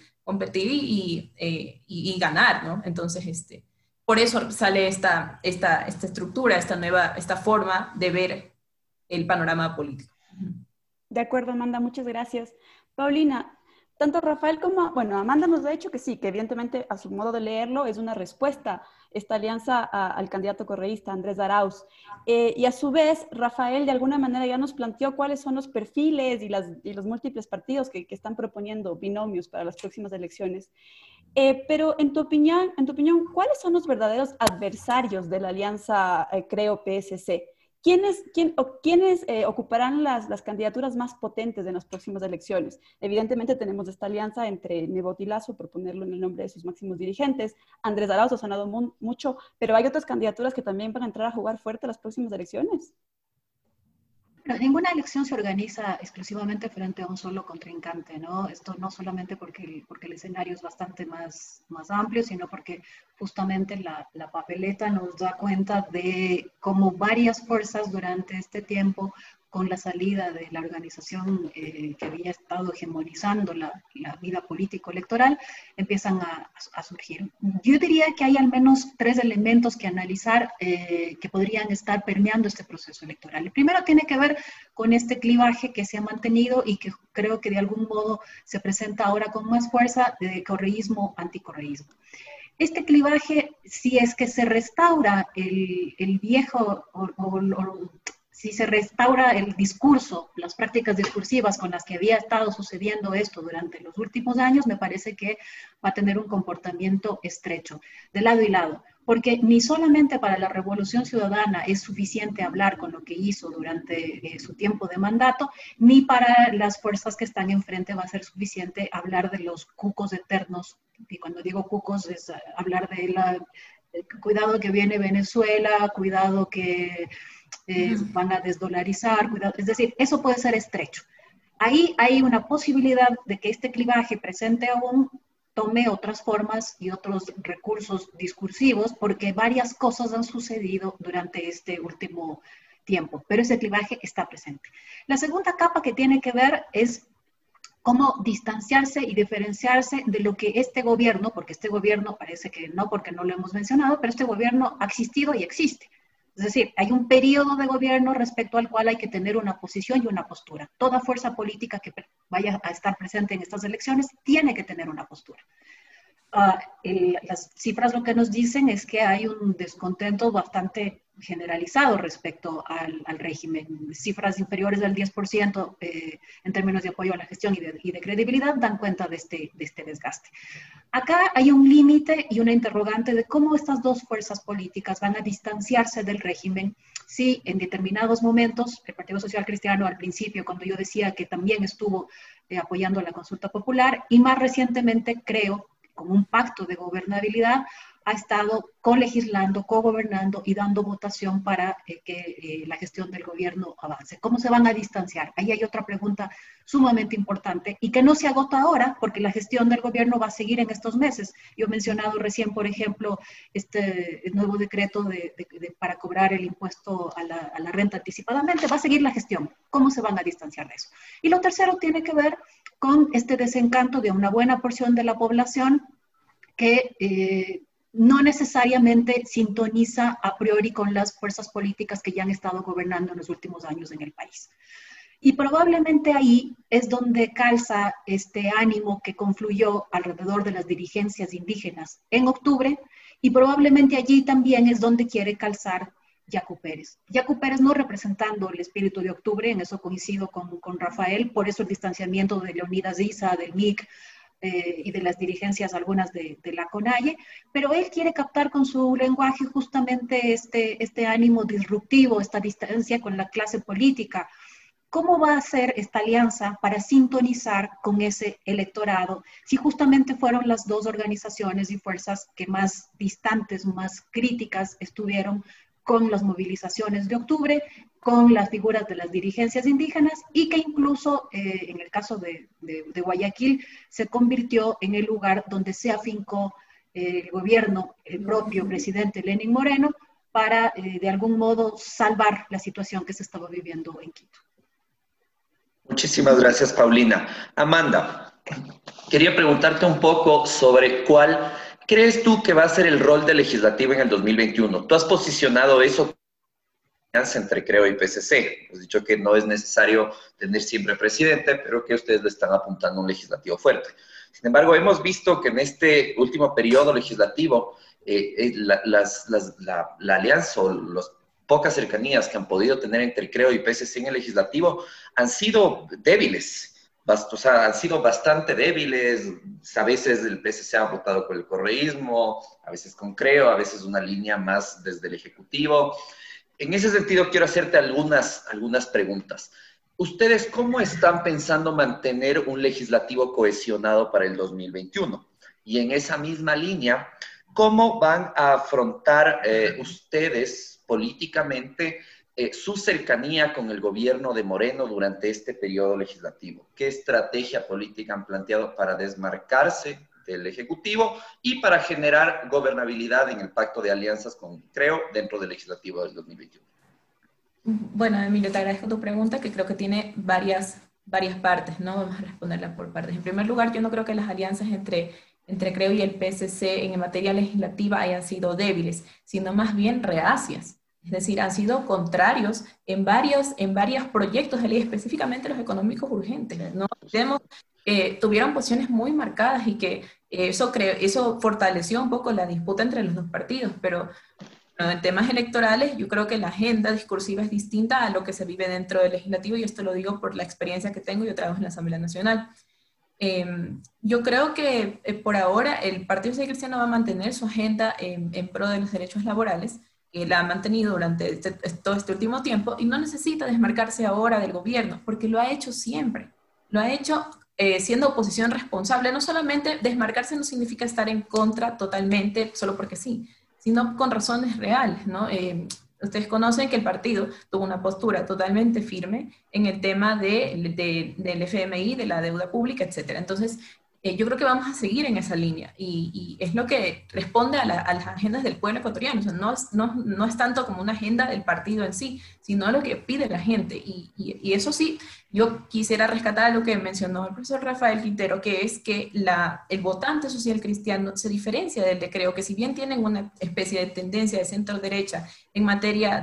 y ganar, ¿no? Entonces, por eso sale esta estructura, esta forma de ver el panorama político.
De acuerdo, Amanda, muchas gracias. Paulina, tanto Rafael como, bueno, Amanda nos ha dicho que sí, que evidentemente a su modo de leerlo es una respuesta esta alianza al candidato correísta Andrés Arauz. Y a su vez, Rafael de alguna manera ya nos planteó cuáles son los perfiles y los múltiples partidos que están proponiendo binomios para las próximas elecciones. Pero en tu opinión, ¿cuáles son los verdaderos adversarios de la alianza Creo-PSC? ¿Quiénes ocuparán las candidaturas más potentes en las próximas elecciones? Evidentemente tenemos esta alianza entre Nebot y Lasso, por ponerlo en el nombre de sus máximos dirigentes. Andrés Arauz ha sonado mucho, pero hay otras candidaturas que también van a entrar a jugar fuerte las próximas elecciones.
Pero ninguna elección se organiza exclusivamente frente a un solo contrincante, ¿no? Esto no solamente porque el escenario es bastante más amplio, sino porque justamente la papeleta nos da cuenta de cómo varias fuerzas durante este tiempo, con la salida de la organización que había estado hegemonizando la vida político-electoral, empiezan a surgir. Yo diría que hay al menos 3 elementos que analizar que podrían estar permeando este proceso electoral. El primero tiene que ver con este clivaje que se ha mantenido y que creo que de algún modo se presenta ahora con más fuerza de correísmo-anticorreísmo. Este clivaje, si es que se restaura el viejo si se restaura el discurso, las prácticas discursivas con las que había estado sucediendo esto durante los últimos años, me parece que va a tener un comportamiento estrecho, de lado y lado, porque ni solamente para la Revolución Ciudadana es suficiente hablar con lo que hizo durante su tiempo de mandato, ni para las fuerzas que están enfrente va a ser suficiente hablar de los cucos eternos, y cuando digo cucos es hablar de cuidado que viene Venezuela, cuidado que van a desdolarizar, cuidado, es decir, eso puede ser estrecho. Ahí hay una posibilidad de que este clivaje presente aún tome otras formas y otros recursos discursivos, porque varias cosas han sucedido durante este último tiempo, pero ese clivaje está presente. La segunda capa que tiene que ver es cómo distanciarse y diferenciarse de lo que este gobierno, porque este gobierno parece que no, porque no lo hemos mencionado, pero este gobierno ha existido y existe. Es decir, hay un periodo de gobierno respecto al cual hay que tener una posición y una postura. Toda fuerza política que vaya a estar presente en estas elecciones tiene que tener una postura. Las cifras lo que nos dicen es que hay un descontento bastante generalizado respecto al régimen. Cifras inferiores del 10% en términos de apoyo a la gestión y de credibilidad dan cuenta de este desgaste. Acá hay un límite y una interrogante de cómo estas dos fuerzas políticas van a distanciarse del régimen si en determinados momentos el Partido Social Cristiano al principio, cuando yo decía que también estuvo apoyando la consulta popular, y más recientemente creo con un pacto de gobernabilidad, ha estado colegislando, cogobernando y dando votación para que la gestión del gobierno avance. ¿Cómo se van a distanciar? Ahí hay otra pregunta sumamente importante y que no se agota ahora porque la gestión del gobierno va a seguir en estos meses. Yo he mencionado recién, por ejemplo, el nuevo decreto para cobrar el impuesto a la renta anticipadamente. Va a seguir la gestión. ¿Cómo se van a distanciar de eso? Y lo tercero tiene que ver con este desencanto de una buena porción de la población que no necesariamente sintoniza a priori con las fuerzas políticas que ya han estado gobernando en los últimos años en el país. Y probablemente ahí es donde calza este ánimo que confluyó alrededor de las dirigencias indígenas en octubre, y probablemente allí también es donde quiere calzar Yacu Pérez. Yacu Pérez no representando el espíritu de octubre, en eso coincido con Rafael, por eso el distanciamiento de Leonidas Issa, del MIC, y de las dirigencias, algunas de la CONAIE, pero él quiere captar con su lenguaje justamente este ánimo disruptivo, esta distancia con la clase política. ¿Cómo va a ser esta alianza para sintonizar con ese electorado si justamente fueron las dos organizaciones y fuerzas que más distantes, más críticas estuvieron con las movilizaciones de octubre, con las figuras de las dirigencias indígenas y que incluso en el caso de Guayaquil se convirtió en el lugar donde se afincó el gobierno, el propio presidente Lenín Moreno, para de algún modo salvar la situación que se estaba viviendo en Quito.
Muchísimas gracias, Paulina. Amanda, quería preguntarte un poco sobre cuál crees tú que va a ser el rol del legislativo en el 2021. Tú has posicionado eso entre Creo y PSC. Has dicho que no es necesario tener siempre presidente, pero que ustedes le están apuntando a un legislativo fuerte. Sin embargo, hemos visto que en este último periodo legislativo, la alianza o las pocas cercanías que han podido tener entre Creo y PSC en el legislativo han sido débiles. O sea, han sido bastante débiles. A veces el PSC ha votado con el correísmo, a veces con Creo, a veces una línea más desde el Ejecutivo. En ese sentido, quiero hacerte algunas preguntas. ¿Ustedes cómo están pensando mantener un legislativo cohesionado para el 2021? Y en esa misma línea, ¿cómo van a afrontar ustedes políticamente su cercanía con el gobierno de Moreno durante este periodo legislativo? ¿Qué estrategia política han planteado para desmarcarse del Ejecutivo y para generar gobernabilidad en el pacto de alianzas con Creo dentro del legislativo del 2021?
Bueno, Emilio, te agradezco tu pregunta, que creo que tiene varias partes, ¿no? Vamos a responderla por partes. En primer lugar, yo no creo que las alianzas entre Creo y el PSC en materia legislativa hayan sido débiles, sino más bien reacias. Es decir, han sido contrarios en varios proyectos de ley, específicamente los económicos urgentes, ¿no? Tuvieron posiciones muy marcadas y que eso fortaleció un poco la disputa entre los dos partidos, pero bueno, en temas electorales yo creo que la agenda discursiva es distinta a lo que se vive dentro del legislativo, y esto lo digo por la experiencia que tengo. Yo trabajo en la Asamblea Nacional. Yo creo que por ahora el Partido Social Cristiano va a mantener su agenda en pro de los derechos laborales, que la ha mantenido durante todo este último tiempo, y no necesita desmarcarse ahora del gobierno, porque lo ha hecho siempre. Lo ha hecho siendo oposición responsable. No solamente desmarcarse no significa estar en contra totalmente, solo porque sí, sino con razones reales, ¿no? Ustedes conocen que el partido tuvo una postura totalmente firme en el tema del FMI, de la deuda pública, etc. Entonces, yo creo que vamos a seguir en esa línea, y es lo que responde a las agendas del pueblo ecuatoriano. O sea, no es tanto como una agenda del partido en sí, sino lo que pide la gente. Y eso sí, yo quisiera rescatar lo que mencionó el profesor Rafael Quintero, que es que el votante social cristiano se diferencia del de Creo, que si bien tienen una especie de tendencia de centro-derecha en materia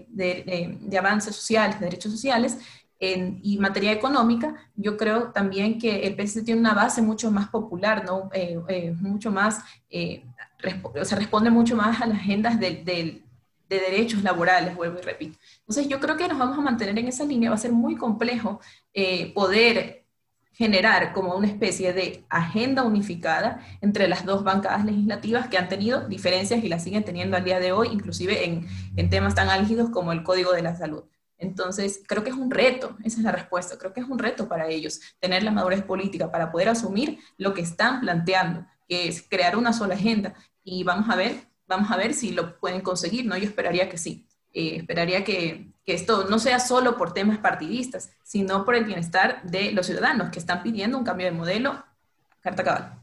de avances sociales, de derechos sociales, y materia económica, yo creo también que el PSC tiene una base mucho más popular, ¿no? Mucho más, responde mucho más a las agendas de derechos laborales, vuelvo y repito. Entonces yo creo que nos vamos a mantener en esa línea. Va a ser muy complejo poder generar como una especie de agenda unificada entre las dos bancadas legislativas, que han tenido diferencias y las siguen teniendo al día de hoy, inclusive en temas tan álgidos como el Código de la Salud. Entonces, creo que es un reto, esa es la respuesta, creo que es un reto para ellos tener la madurez política para poder asumir lo que están planteando, que es crear una sola agenda, y vamos a ver si lo pueden conseguir, ¿no? Yo esperaría que sí, esperaría que esto no sea solo por temas partidistas, sino por el bienestar de los ciudadanos que están pidiendo un cambio de modelo, carta cabal.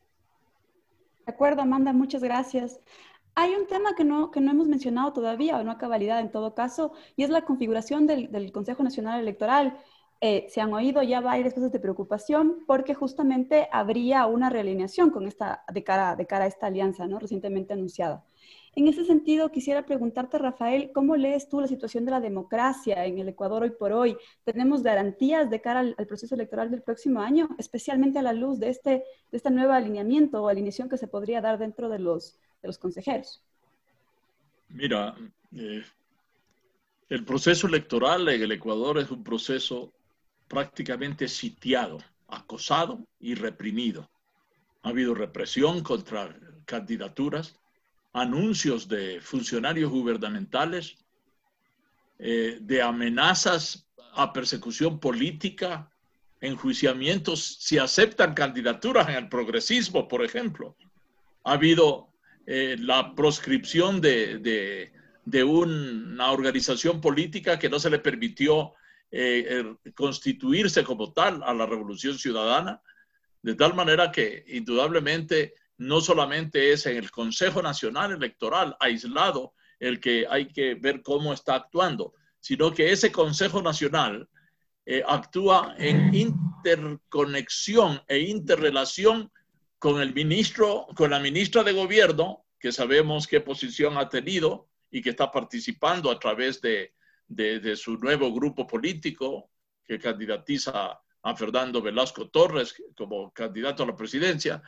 De acuerdo, Amanda, muchas gracias. Hay un tema que no hemos mencionado todavía, o no a cabalidad en todo caso, y es la configuración del Consejo Nacional Electoral. Se han oído ya varias cosas de preocupación porque justamente habría una realineación de cara a esta alianza, ¿no?, recientemente anunciada. En ese sentido, quisiera preguntarte, Rafael, ¿cómo lees tú la situación de la democracia en el Ecuador hoy por hoy? ¿Tenemos garantías de cara al proceso electoral del próximo año, especialmente a la luz de este nuevo alineamiento o alineación que se podría dar dentro de los consejeros?
Mira, el proceso electoral en el Ecuador es un proceso prácticamente sitiado, acosado y reprimido. Ha habido represión contra candidaturas, anuncios de funcionarios gubernamentales, de amenazas a persecución política, enjuiciamientos si aceptan candidaturas en el progresismo, por ejemplo. Ha habido la proscripción de de una organización política que no se le permitió constituirse como tal a la Revolución Ciudadana, de tal manera que indudablemente no solamente es en el Consejo Nacional Electoral aislado el que hay que ver cómo está actuando, sino que ese Consejo Nacional actúa en interconexión e interrelación con el ministro, con la ministra de Gobierno, que sabemos qué posición ha tenido y que está participando a través de su nuevo grupo político que candidatiza a Fernando Velasco Torres como candidato a la presidencia,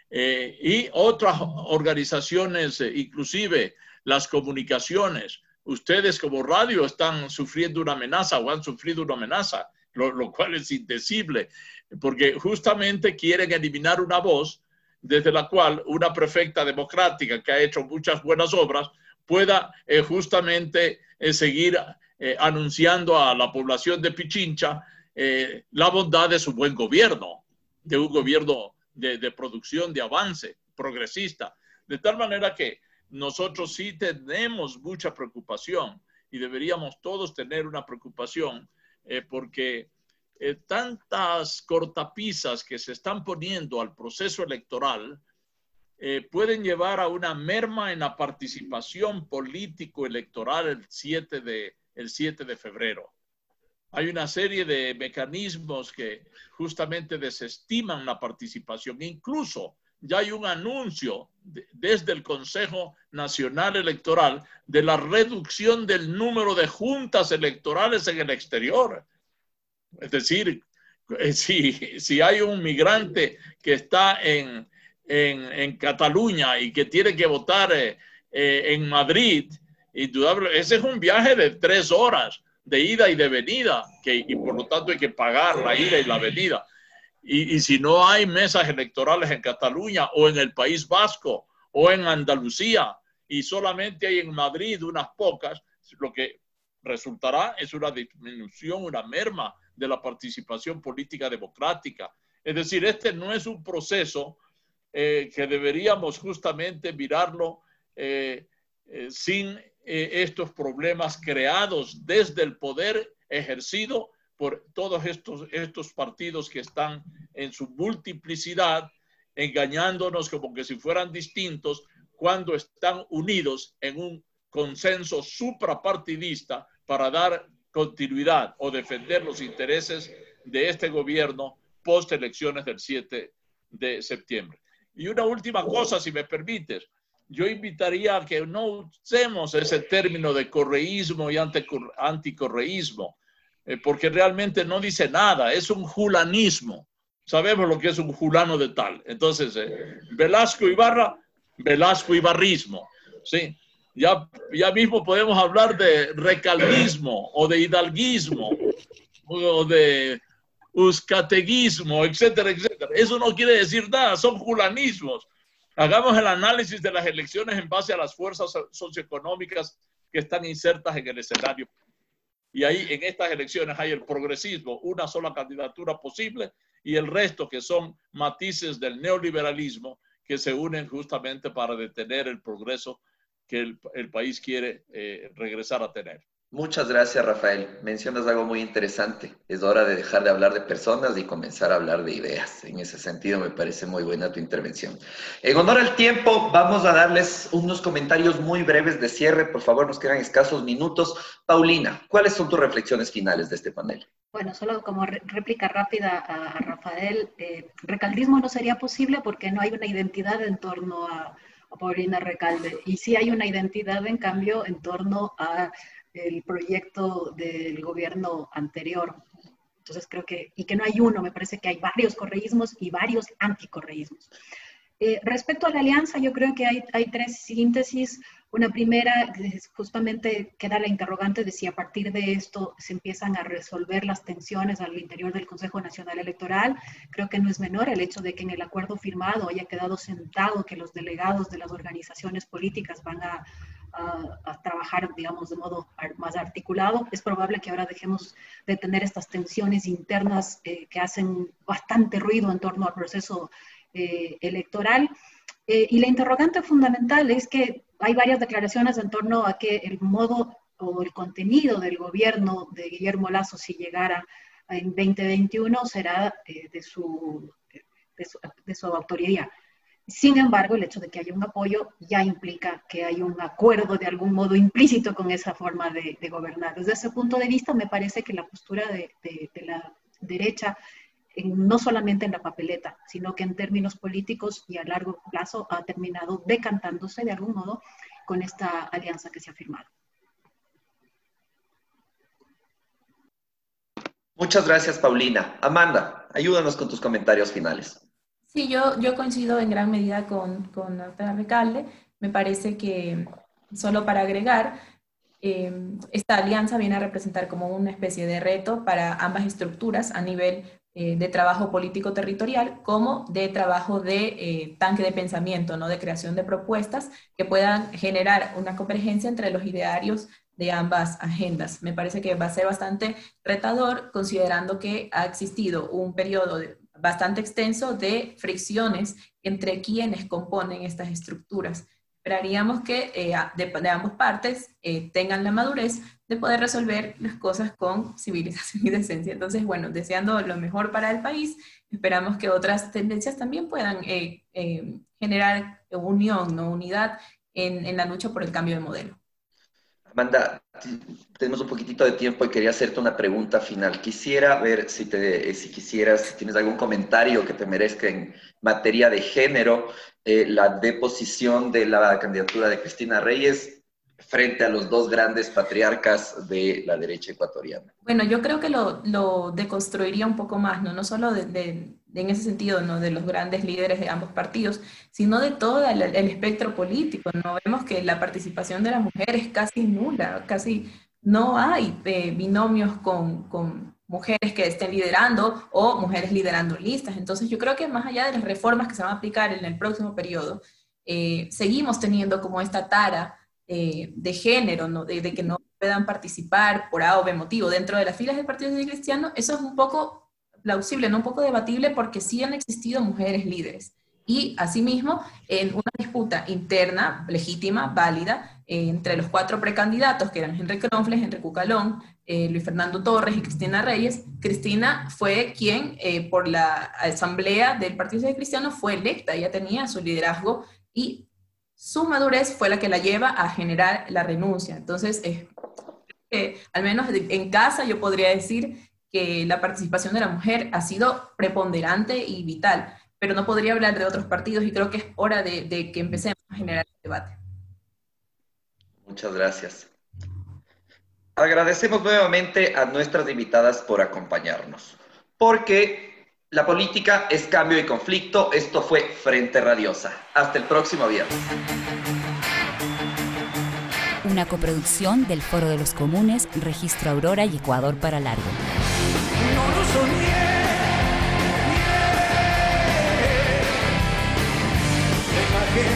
y otras organizaciones, inclusive las comunicaciones. Ustedes como radio están sufriendo una amenaza o han sufrido una amenaza, lo cual es indecible, porque justamente quieren eliminar una voz desde la cual una prefecta democrática que ha hecho muchas buenas obras pueda justamente seguir anunciando a la población de Pichincha la bondad de su buen gobierno, de un gobierno de producción, de avance progresista. De tal manera que nosotros sí tenemos mucha preocupación y deberíamos todos tener una preocupación porque tantas cortapisas que se están poniendo al proceso electoral pueden llevar a una merma en la participación político-electoral el 7 de febrero. Hay una serie de mecanismos que justamente desestiman la participación. Incluso ya hay un anuncio desde el Consejo Nacional Electoral de la reducción del número de juntas electorales en el exterior. Es decir, si hay un migrante que está en Cataluña y que tiene que votar en Madrid, indudable, ese es un viaje de 3 horas de ida y de venida, y por lo tanto hay que pagar la ida y la venida. Y si no hay mesas electorales en Cataluña o en el País Vasco o en Andalucía y solamente hay en Madrid unas pocas, lo que resultará es una disminución, una merma de la participación política democrática. Es decir, este no es un proceso que deberíamos justamente mirarlo sin estos problemas creados desde el poder ejercido por todos estos partidos que están en su multiplicidad, engañándonos como que si fueran distintos, cuando están unidos en un consenso suprapartidista para dar continuidad o defender los intereses de este gobierno post elecciones del 7 de septiembre. Y una última cosa, si me permites, yo invitaría a que no usemos ese término de correísmo y anticorreísmo, porque realmente no dice nada, es un julanismo. Sabemos lo que es un julano de tal. Entonces, Velasco Ibarra, Velasco Ibarrismo, ¿sí? Ya mismo podemos hablar de recaldismo o de hidalguismo o de uzcateguismo, etcétera, etcétera. Eso no quiere decir nada, son julanismos. Hagamos el análisis de las elecciones en base a las fuerzas socioeconómicas que están insertas en el escenario. Y ahí en estas elecciones hay el progresismo, una sola candidatura posible, y el resto que son matices del neoliberalismo que se unen justamente para detener el progreso que el país quiere regresar a tener.
Muchas gracias, Rafael. Mencionas algo muy interesante. Es hora de dejar de hablar de personas y comenzar a hablar de ideas. En ese sentido, me parece muy buena tu intervención. En honor al tiempo, vamos a darles unos comentarios muy breves de cierre. Por favor, nos quedan escasos minutos. Paulina, ¿cuáles son tus reflexiones finales de este panel?
Bueno, solo como réplica rápida a Rafael, recaldismo no sería posible porque no hay una identidad en torno a Paulina Recalde. Y sí hay una identidad, en cambio, en torno a el proyecto del gobierno anterior. Entonces creo que, y que no hay uno, me parece que hay varios correísmos y varios anticorreísmos. Respecto a la alianza, yo creo que hay 3 síntesis. Una primera, justamente queda la interrogante de si a partir de esto se empiezan a resolver las tensiones al interior del Consejo Nacional Electoral. Creo que no es menor el hecho de que en el acuerdo firmado haya quedado sentado que los delegados de las organizaciones políticas van a trabajar, digamos, de modo más articulado. Es probable que ahora dejemos de tener estas tensiones internas que hacen bastante ruido en torno al proceso electoral. Y la interrogante fundamental es que hay varias declaraciones en torno a que el modo o el contenido del gobierno de Guillermo Lasso, si llegara en 2021, será de su autoría. Sin embargo, el hecho de que haya un apoyo ya implica que hay un acuerdo de algún modo implícito con esa forma de gobernar. Desde ese punto de vista, me parece que la postura de la derecha, no solamente en la papeleta, sino que en términos políticos y a largo plazo, ha terminado decantándose de algún modo con esta alianza que se ha firmado.
Muchas gracias, Paulina. Amanda, ayúdanos con tus comentarios finales.
Sí, yo coincido en gran medida con la doctora Recalde. Me parece que, solo para agregar, esta alianza viene a representar como una especie de reto para ambas estructuras a nivel de trabajo político territorial, como de trabajo de tanque de pensamiento, ¿no? De creación de propuestas que puedan generar una convergencia entre los idearios de ambas agendas. Me parece que va a ser bastante retador, considerando que ha existido un periodo bastante extenso de fricciones entre quienes componen estas estructuras. Esperaríamos que de ambas partes tengan la madurez de poder resolver las cosas con civilización y decencia. Entonces, bueno, deseando lo mejor para el país, esperamos que otras tendencias también puedan generar unión, ¿no? Unidad en la lucha por el cambio de modelo.
Amanda, tenemos un poquitito de tiempo y quería hacerte una pregunta final. Quisiera ver si tienes algún comentario que te merezca en materia de género, la deposición de la candidatura de Cristina Reyes frente a los dos grandes patriarcas de la derecha ecuatoriana.
Bueno, yo creo que lo deconstruiría un poco más, ¿no? No solo en ese sentido, ¿no? De los grandes líderes de ambos partidos, sino de todo el espectro político, ¿no? Vemos que la participación de la mujer es casi nula, casi no hay binomios con mujeres que estén liderando o mujeres liderando listas. Entonces yo creo que más allá de las reformas que se van a aplicar en el próximo periodo, seguimos teniendo como esta tara de género, ¿no? De que no puedan participar por A o B motivo dentro de las filas del Partido Social Cristiano. Eso es un poco plausible, no un poco debatible, porque sí han existido mujeres líderes. Y asimismo, en una disputa interna, legítima, válida, entre los 4 precandidatos, que eran Henry Kronfles, Henry Cucalón, Luis Fernando Torres y Cristina Reyes, Cristina fue quien, por la asamblea del Partido Social Cristiano, fue electa. Ella tenía su liderazgo y su madurez fue la que la lleva a generar la renuncia. Entonces, al menos en casa yo podría decir que la participación de la mujer ha sido preponderante y vital, pero no podría hablar de otros partidos y creo que es hora de que empecemos a generar el debate.
Muchas gracias. Agradecemos nuevamente a nuestras invitadas por acompañarnos, porque la política es cambio y conflicto. Esto fue Frente Radiosa. Hasta el próximo viernes.
Una coproducción del Foro de los Comunes, Registro Aurora y Ecuador para Largo.
No lo soñé. La imagen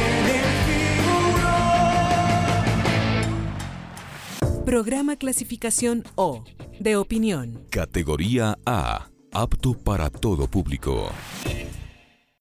que me figuró.
Programa clasificación O, de opinión.
Categoría A, apto para todo público.